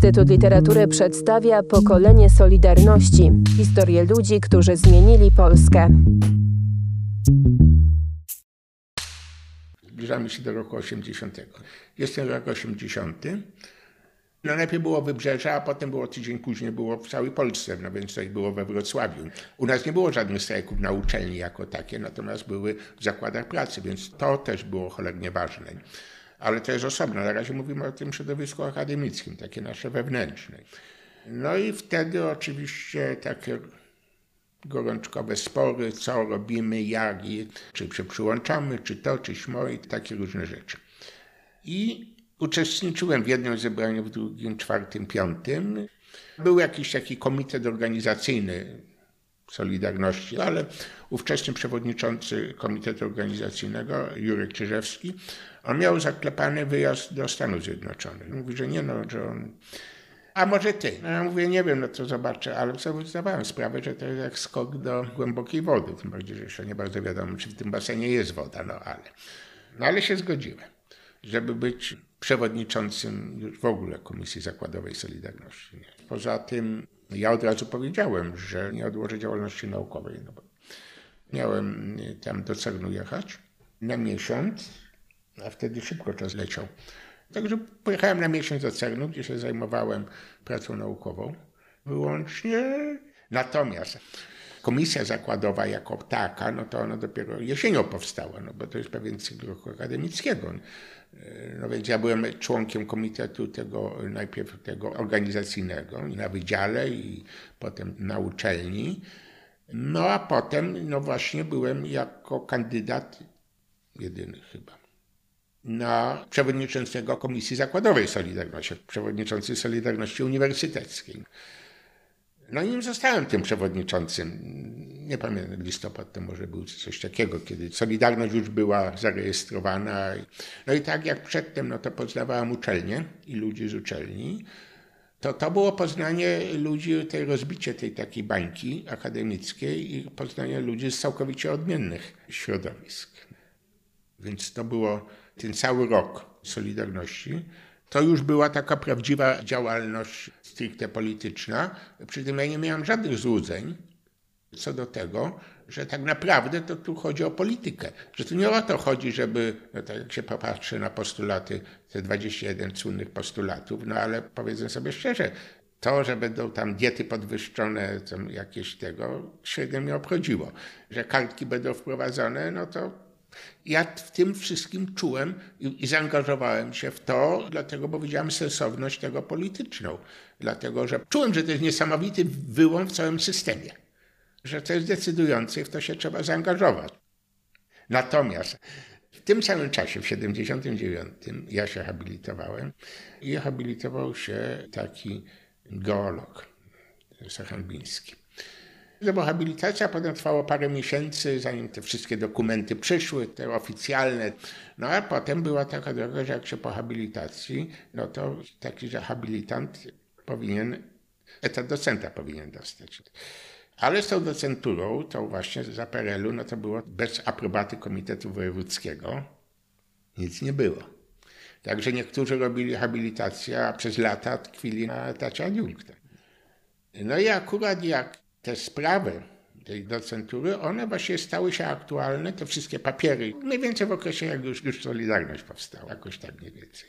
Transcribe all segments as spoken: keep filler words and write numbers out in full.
Instytut Literatury przedstawia Pokolenie Solidarności. Historię ludzi, którzy zmienili Polskę. Zbliżamy się do roku osiemdziesiątego. Jest ten rok osiemdziesiąty. No najpierw było Wybrzeże, a potem było tydzień później było w całej Polsce, no więc to było we Wrocławiu. U nas nie było żadnych strajków na uczelni jako takie, natomiast były w zakładach pracy, więc to też było cholernie ważne. Ale to jest osobno. Na razie mówimy o tym środowisku akademickim, takie nasze wewnętrzne. No i wtedy oczywiście takie gorączkowe spory, co robimy, jak, czy się przyłączamy, czy to, czy śmo i takie różne rzeczy. I uczestniczyłem w jednym zebraniu, w drugim, czwartym, piątym. Był jakiś taki komitet organizacyjny Solidarności, ale ówczesny przewodniczący komitetu organizacyjnego, Jurek Czyżewski, on miał zaklepany wyjazd do Stanów Zjednoczonych. Mówi, że nie no, że on... A może ty? No ja mówię, nie wiem, no to zobaczę, ale sobie zdawałem sprawę, że to jest jak skok do głębokiej wody. Tym bardziej, że jeszcze nie bardzo wiadomo, czy w tym basenie jest woda, no ale... No ale się zgodziłem, żeby być przewodniczącym już w ogóle Komisji Zakładowej Solidarności. Poza tym ja od razu powiedziałem, że nie odłożę działalności naukowej, no bo miałem tam do Cernu jechać na miesiąc, a wtedy szybko czas leciał. Także pojechałem na miesiąc do Cernu, gdzie się zajmowałem pracą naukową wyłącznie. Natomiast Komisja Zakładowa jako taka, no to ona dopiero jesienią powstała, no bo to jest pewien cykl roku akademickiego. No więc ja byłem członkiem komitetu tego, najpierw tego organizacyjnego na wydziale i potem na uczelni. No a potem, no właśnie byłem jako kandydat, jedyny chyba, na przewodniczącego Komisji Zakładowej Solidarności, przewodniczący Solidarności Uniwersyteckiej. No i zostałem tym przewodniczącym. Nie pamiętam, listopad to może był coś takiego, kiedy Solidarność już była zarejestrowana. No i tak jak przedtem, no to poznawałem uczelnię i ludzi z uczelni. To to było poznanie ludzi, tej rozbicie tej takiej bańki akademickiej i poznanie ludzi z całkowicie odmiennych środowisk. Więc to było ten cały rok Solidarności. To już była taka prawdziwa działalność stricte polityczna. Przy tym ja nie miałem żadnych złudzeń co do tego, że tak naprawdę to tu chodzi o politykę. Że tu nie o to chodzi, żeby, no tak jak się popatrzy na postulaty, te dwadzieścia jeden słynnych postulatów, no ale powiedzmy sobie szczerze, to, że będą tam diety podwyższone, tam jakieś tego, średnio mnie obchodziło. Że kartki będą wprowadzone, no to ja w tym wszystkim czułem i, i zaangażowałem się w to, dlatego, bo widziałem sensowność tego polityczną. Dlatego, że czułem, że to jest niesamowity wyłom w całym systemie. Że to jest decydujące i w to się trzeba zaangażować. Natomiast w tym samym czasie, w siedemdziesiątym dziewiątym, ja się habilitowałem i habilitował się taki geolog Sachanbiński. No bo habilitacja potem trwała parę miesięcy, zanim te wszystkie dokumenty przyszły, te oficjalne. No a potem była taka droga, że jak się po habilitacji, no to taki, że habilitant powinien, etat docenta powinien dostać. Ale z tą docenturą, to właśnie za P R L u, no to było bez aprobaty Komitetu Wojewódzkiego. Nic nie było. Także niektórzy robili habilitację, a przez lata tkwili na etacie adiunkta. No i akurat jak te sprawy tej docentury, one właśnie stały się aktualne, te wszystkie papiery, mniej więcej w okresie, jak już, już Solidarność powstała, jakoś tak mniej więcej.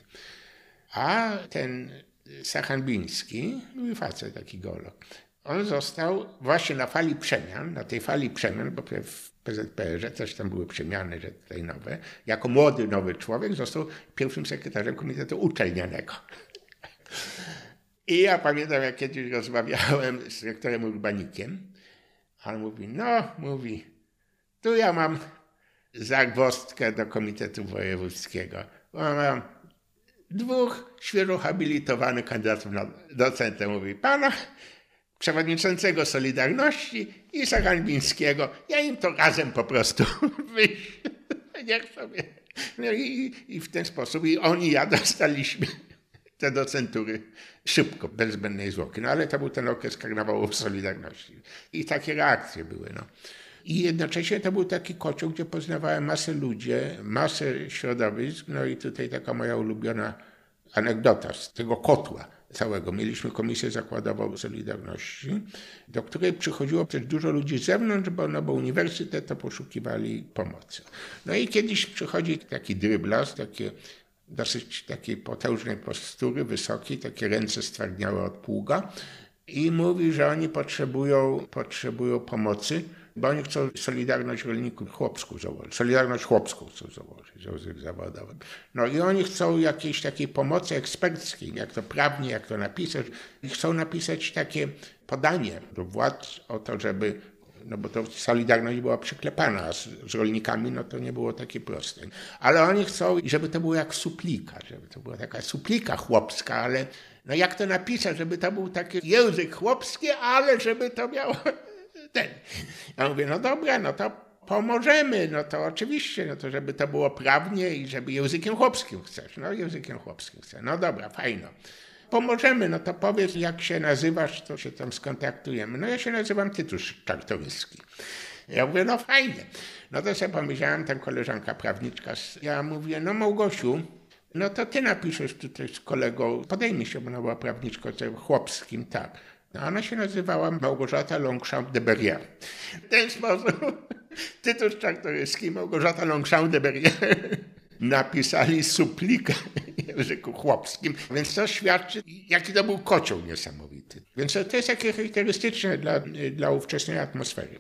A ten Sachanbiński, mój facet, taki geolog, on został właśnie na fali przemian, na tej fali przemian, bo w P Z P R ze też tam były przemiany, że tutaj nowe, jako młody, nowy człowiek został pierwszym sekretarzem Komitetu Uczelnianego. I ja pamiętam, jak kiedyś rozmawiałem z rektorem Urbanikiem, a on mówi, no, mówi, tu ja mam zagwozdkę do Komitetu Wojewódzkiego, bo mam dwóch świeżo habilitowanych kandydatów na docenta, mówi, pana przewodniczącego Solidarności i Sachanbińskiego, ja im to razem po prostu wyślę, niech sobie. No i, i w ten sposób i oni, ja dostaliśmy te docentury szybko, bez zbędnej zwłoki. No ale to był ten okres karnawału Solidarności. I takie reakcje były. No. I jednocześnie to był taki kocioł, gdzie poznawałem masę ludzi, masę środowisk. No i tutaj taka moja ulubiona anegdota z tego kotła całego. Mieliśmy komisję zakładową Solidarności, do której przychodziło też dużo ludzi z zewnątrz, bo, no, bo uniwersytet to poszukiwali pomocy. No i kiedyś przychodzi taki dryblarz, takie dosyć takiej potężnej postury, wysokiej, takie ręce stwardniałe od pługa i mówi, że oni potrzebują, potrzebują pomocy, bo oni chcą Solidarność Rolników chłopską założyć, Solidarność chłopską chcą założyć, związek zawodowy. No i oni chcą jakiejś takiej pomocy eksperckiej, jak to prawnie, jak to napisać. I chcą napisać takie podanie do władz o to, żeby, no bo to Solidarność była przyklepana, a z, z rolnikami no to nie było takie proste. Ale oni chcą, żeby to było jak suplika, żeby to była taka suplika chłopska, ale no jak to napisać, żeby to był taki język chłopski, ale żeby to miało ten. Ja mówię, no dobra, no to pomożemy, no to oczywiście, no to żeby to było prawnie i żeby językiem chłopskim chcesz. No językiem chłopskim chcę. No dobra, fajno. Pomożemy, no to powiedz, jak się nazywasz, to się tam skontaktujemy. No ja się nazywam Tytusz Czartoryski. Ja mówię, no fajnie. No to sobie pomyślałem, tam koleżanka prawniczka, ja mówię, no Małgosiu, no to ty napiszesz tutaj z kolegą, podejmij się, bo ona była prawniczką, chłopskim, tak. No ona się nazywała Małgorzata Longchamp de Berrière. W ten sposób Tytusz Czartoryski, Małgorzata Longchamp de Berrière napisali suplikę w języku chłopskim, więc to świadczy, jaki to był kocioł niesamowity. Więc to jest takie charakterystyczne dla, dla ówczesnej atmosfery.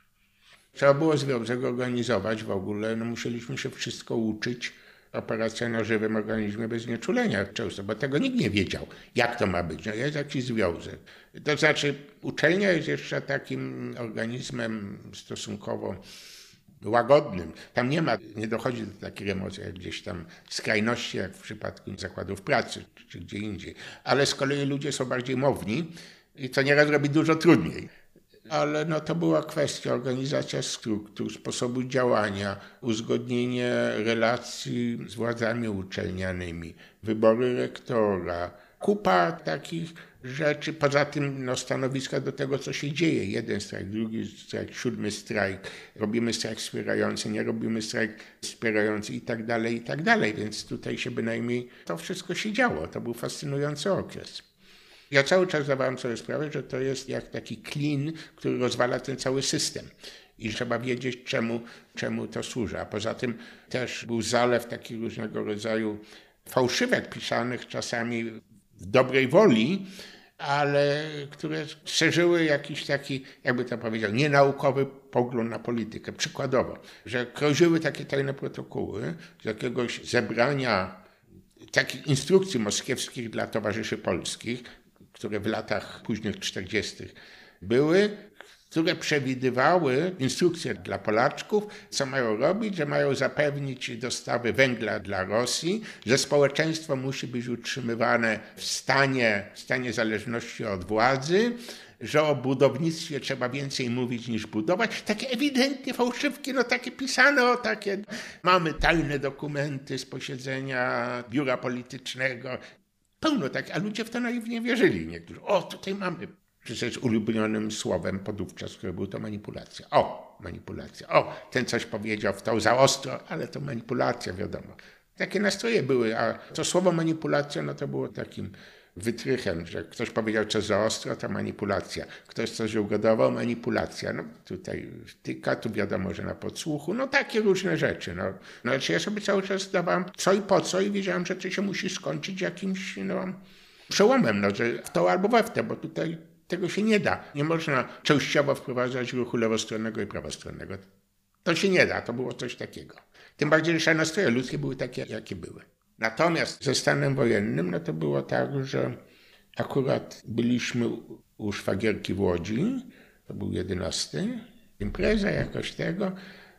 Trzeba było związek organizować w ogóle, no musieliśmy się wszystko uczyć. Operacja na żywym organizmie bez nieczulenia często, bo tego nikt nie wiedział, jak to ma być. No jest jakiś związek. To znaczy uczelnia jest jeszcze takim organizmem stosunkowo łagodnym. Tam nie ma, nie dochodzi do takich emocji jak gdzieś tam skrajności, jak w przypadku zakładów pracy czy gdzie indziej. Ale z kolei ludzie są bardziej mowni i to nieraz robi dużo trudniej. Ale no to była kwestia organizacja struktur, sposobu działania, uzgodnienie relacji z władzami uczelnianymi, wybory rektora, kupa takich rzeczy. Poza tym no, stanowiska do tego, co się dzieje. Jeden strajk, drugi strajk, siódmy strajk, robimy strajk wspierający, nie robimy strajk wspierający i tak dalej, i tak dalej. Więc tutaj się bynajmniej to wszystko się działo. To był fascynujący okres. Ja cały czas zdawałem sobie sprawę, że to jest jak taki klin, który rozwala ten cały system i trzeba wiedzieć, czemu, czemu to służy. A poza tym też był zalew takich różnego rodzaju fałszywek pisanych czasami w dobrej woli, ale które szerzyły jakiś taki, jakby to powiedział, nienaukowy pogląd na politykę. Przykładowo, że krążyły takie tajne protokoły z jakiegoś zebrania takich instrukcji moskiewskich dla towarzyszy polskich, które w latach późnych czterdziestych były, które przewidywały instrukcje dla Polaczków, co mają robić, że mają zapewnić dostawy węgla dla Rosji, że społeczeństwo musi być utrzymywane w stanie, w stanie zależności od władzy, że o budownictwie trzeba więcej mówić niż budować. Takie ewidentnie fałszywki, no takie pisane, o takie. Mamy tajne dokumenty z posiedzenia biura politycznego. Pełno tak, a ludzie w to naiwnie wierzyli niektórzy. O, tutaj mamy. Przecież ulubionym słowem podówczas, które było to manipulacja. O, manipulacja. O, ten coś powiedział w to za ostro, ale to manipulacja, wiadomo. Takie nastroje były, a to słowo manipulacja, no to było takim wytrychem, że ktoś powiedział coś za ostro, to manipulacja. Ktoś coś ugodował, manipulacja. No tutaj tyka, tu wiadomo, że na podsłuchu. No takie różne rzeczy. No, no znaczy ja sobie cały czas zdawałem co i po co i wiedziałem, że to się musi skończyć jakimś no, przełomem, no, że w to albo we w te, bo tutaj tego się nie da. Nie można częściowo wprowadzać ruchu lewostronnego i prawostronnego. To się nie da, to było coś takiego. Tym bardziej, że nastroje ludzkie były takie, jakie były. Natomiast ze stanem wojennym, no to było tak, że akurat byliśmy u szwagierki w Łodzi, to był jedenasty, impreza jakoś tego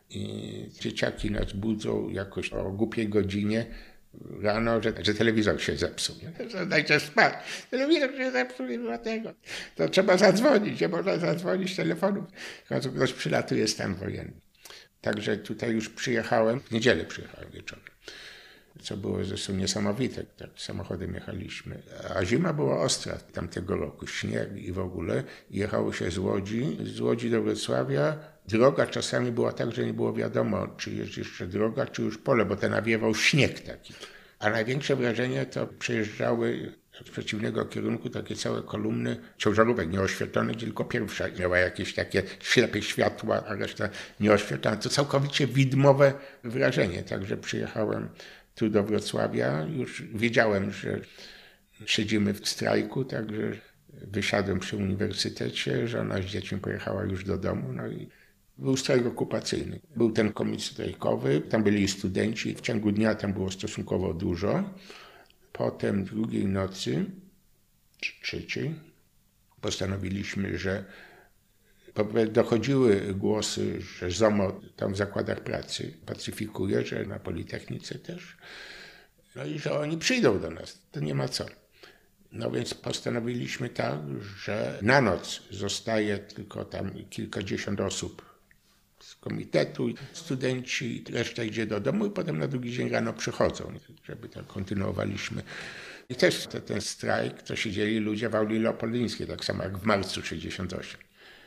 i dzieciaki nas budzą jakoś o głupiej godzinie rano, że, że telewizor się zepsuł. Nie? Dajcie spać. Telewizor się zepsuł i dlatego. To trzeba zadzwonić, nie można zadzwonić telefonów. Ktoś przylatuje stan wojenny. Także tutaj już przyjechałem, w niedzielę przyjechałem wieczorem. Co było zresztą niesamowite, tak samochodem jechaliśmy. A zima była ostra tamtego roku, śnieg i w ogóle. Jechało się z Łodzi, z Łodzi do Wrocławia. Droga czasami była tak, że nie było wiadomo, czy jest jeszcze droga, czy już pole, bo ten nawiewał śnieg taki. A największe wrażenie to przejeżdżały z przeciwnego kierunku takie całe kolumny ciężarówek nieoświetlonych, tylko pierwsza miała jakieś takie ślepe światła, a reszta nieoświetlona. To całkowicie widmowe wrażenie. Także przyjechałem tu do Wrocławia. Już wiedziałem, że siedzimy w strajku, także wysiadłem przy uniwersytecie. Żona z dziećmi pojechała już do domu. No i był strajk okupacyjny. Był ten komitet strajkowy, tam byli studenci. W ciągu dnia tam było stosunkowo dużo. Potem drugiej nocy, czy trzeciej, postanowiliśmy, że dochodziły głosy, że ZOMO tam w zakładach pracy pacyfikuje, że na Politechnice też. No i że oni przyjdą do nas, to nie ma co. No więc postanowiliśmy tak, że na noc zostaje tylko tam kilkadziesiąt osób z komitetu, studenci, reszta idzie do domu i potem na drugi dzień rano przychodzą, żeby tak kontynuowaliśmy. I też te, ten strajk, to siedzieli ludzie w auli leopoldyńskiej, tak samo jak w marcu sześćdziesiątym ósmym.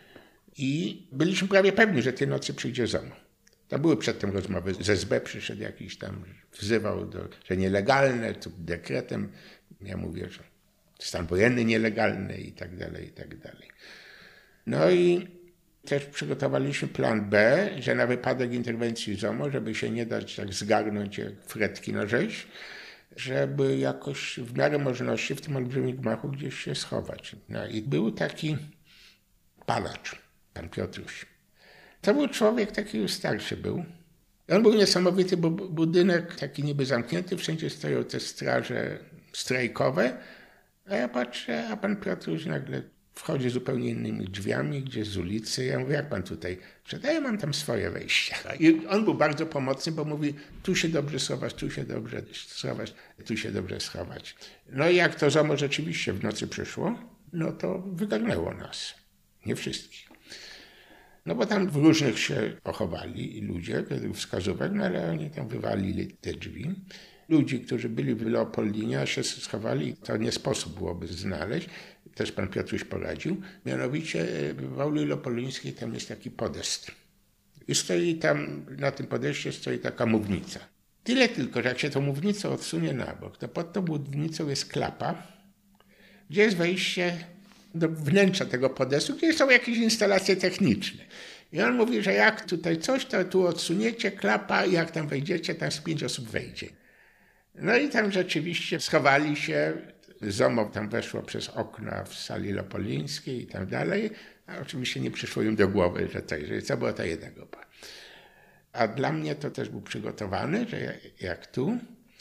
I byliśmy prawie pewni, że tej nocy przyjdzie ZOMO. Tam były przedtem rozmowy, z S B przyszedł jakiś tam, wzywał, do, że nielegalne, to dekretem. Ja mówię, że stan wojenny nielegalny i tak dalej, i tak dalej. No i też przygotowaliśmy plan B, że na wypadek interwencji ZOMO, żeby się nie dać tak zgarnąć jak fretki na rzeź, żeby jakoś w miarę możliwości w tym olbrzymim gmachu gdzieś się schować. No i był taki palacz, pan Piotruś. To był człowiek, taki już starszy był. On był niesamowity, bo budynek taki niby zamknięty, wszędzie stoją te straże strajkowe, a ja patrzę, a pan Piotruś nagle wchodzi zupełnie innymi drzwiami, gdzieś z ulicy. Ja mówię, jak pan tutaj wszedł? A ja mam tam swoje wejścia. I on był bardzo pomocny, bo mówi, tu się dobrze schować, tu się dobrze schować, tu się dobrze schować. No i jak to ZOMO rzeczywiście w nocy przyszło, no to wygarnęło nas. Nie wszystkich. No bo tam w różnych się pochowali ludzie, według wskazówek, no ale oni tam wywalili te drzwi. Ludzi, którzy byli w Leopoldinie, a się schowali, to nie sposób byłoby znaleźć. Też pan Piotruś poradził. Mianowicie w auli leopoldyńskiej tam jest taki podest. I stoi tam, na tym podejście stoi taka mównica. Tyle tylko, że jak się tą mównicę odsunie na bok, to pod tą mównicą jest klapa, gdzie jest wejście do wnętrza tego podestu, gdzie są jakieś instalacje techniczne. I on mówi, że jak tutaj coś, to tu odsuniecie klapa i jak tam wejdziecie, tam z pięć osób wejdzie. No i tam rzeczywiście schowali się, ZOMO tam weszło przez okna w sali leopoldyńskiej i tak dalej, a oczywiście nie przyszło im do głowy, że to, że to była ta jedna grupa. A dla mnie to też był przygotowany, że jak tu.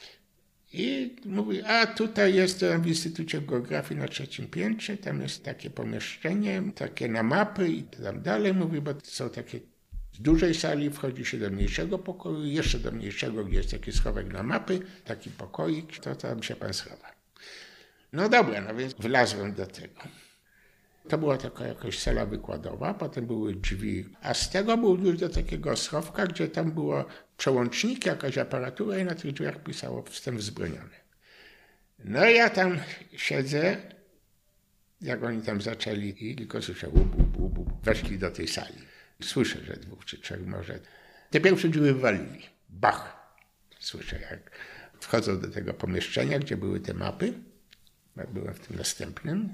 I mówi, a tutaj jest w Instytucie Geografii na trzecim piętrze, tam jest takie pomieszczenie, takie na mapy i tam dalej. Mówi, bo są takie z dużej sali, wchodzi się do mniejszego pokoju, jeszcze do mniejszego, gdzie jest taki schowek na mapy, taki pokoik, to tam się pan schowa. No dobra, no więc wlazłem do tego. To była taka jakaś sala wykładowa, potem były drzwi, a z tego był już do takiego schowka, gdzie tam było przełączniki, jakaś aparatura i na tych drzwiach pisało wstęp wzbroniony. No i ja tam siedzę, jak oni tam zaczęli i tylko słyszę łup, łup, łup, łup. Weszli do tej sali. Słyszę, że dwóch czy trzech może. Te pierwsze drzwi wywalili. Bach! Słyszę, jak wchodzą do tego pomieszczenia, gdzie były te mapy. Byłem w tym następnym.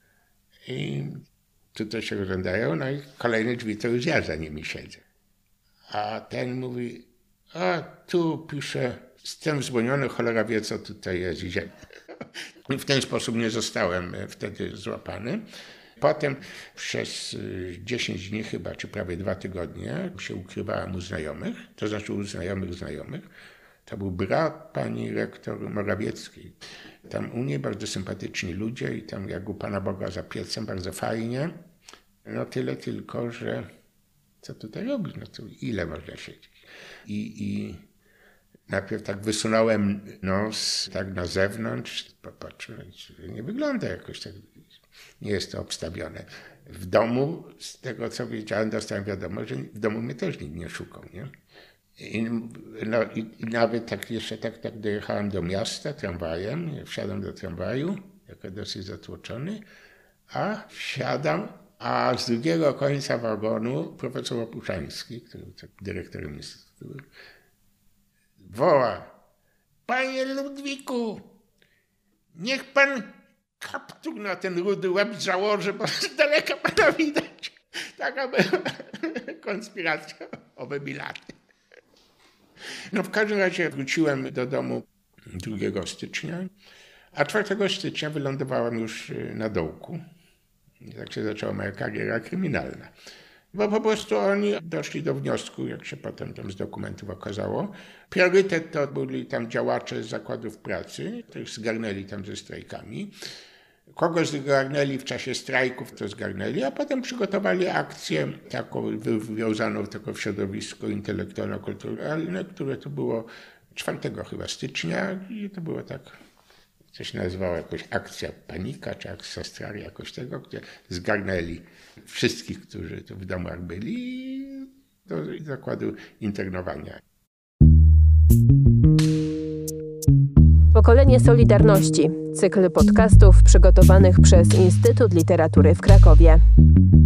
I tutaj się oglądają, no i kolejne drzwi to już ja za nimi siedzę. A ten mówi, a tu pisze, wstęp wzbroniony, cholera wie, co tutaj jest. I w ten sposób nie zostałem wtedy złapany. Potem przez dziesięć dni chyba, czy prawie dwa tygodnie się ukrywałem u znajomych, to znaczy u znajomych znajomych. To był brat pani rektor Morawieckiej. Tam u niej bardzo sympatyczni ludzie i tam jak u Pana Boga za piecem, bardzo fajnie. No tyle tylko, że co tutaj robić? No to ile można siedzieć? I, i najpierw tak wysunąłem nos tak na zewnątrz, popatrzyłem, że nie wygląda jakoś tak, nie jest to obstawione. W domu, z tego co wiedziałem, dostałem wiadomość, że w domu mnie też nikt nie szukał, nie? I, no, i, i nawet tak jeszcze tak, tak dojechałem do miasta tramwajem, wsiadam do tramwaju, jako dosyć zatłoczony, a wsiadam, a z drugiego końca wagonu profesor Opuszański, który był dyrektorem instytutu, woła, Panie Ludwiku, niech pan kaptur na ten rudy łeb założy, bo z daleka pana widać. Taka była konspiracja o wybilaty. No w każdym razie wróciłem do domu drugiego stycznia, a czwartego stycznia wylądowałem już na dołku. I tak się zaczęła moja kariera kryminalna. Bo po prostu oni doszli do wniosku, jak się potem tam z dokumentów okazało, priorytet to byli tam działacze z zakładów pracy, których zgarnęli tam ze strajkami. Kogo zgarnęli w czasie strajków, to zgarnęli, a potem przygotowali akcję taką wywiązaną tylko w środowisko intelektualno-kulturalne, które to było czwartego chyba stycznia i to było tak, coś nazywało jakoś akcja panika, czy akcja strary jakoś tego, gdzie zgarnęli wszystkich, którzy tu w domach byli do zakładu internowania. Pokolenie Solidarności. Cykl podcastów przygotowanych przez Instytut Literatury w Krakowie.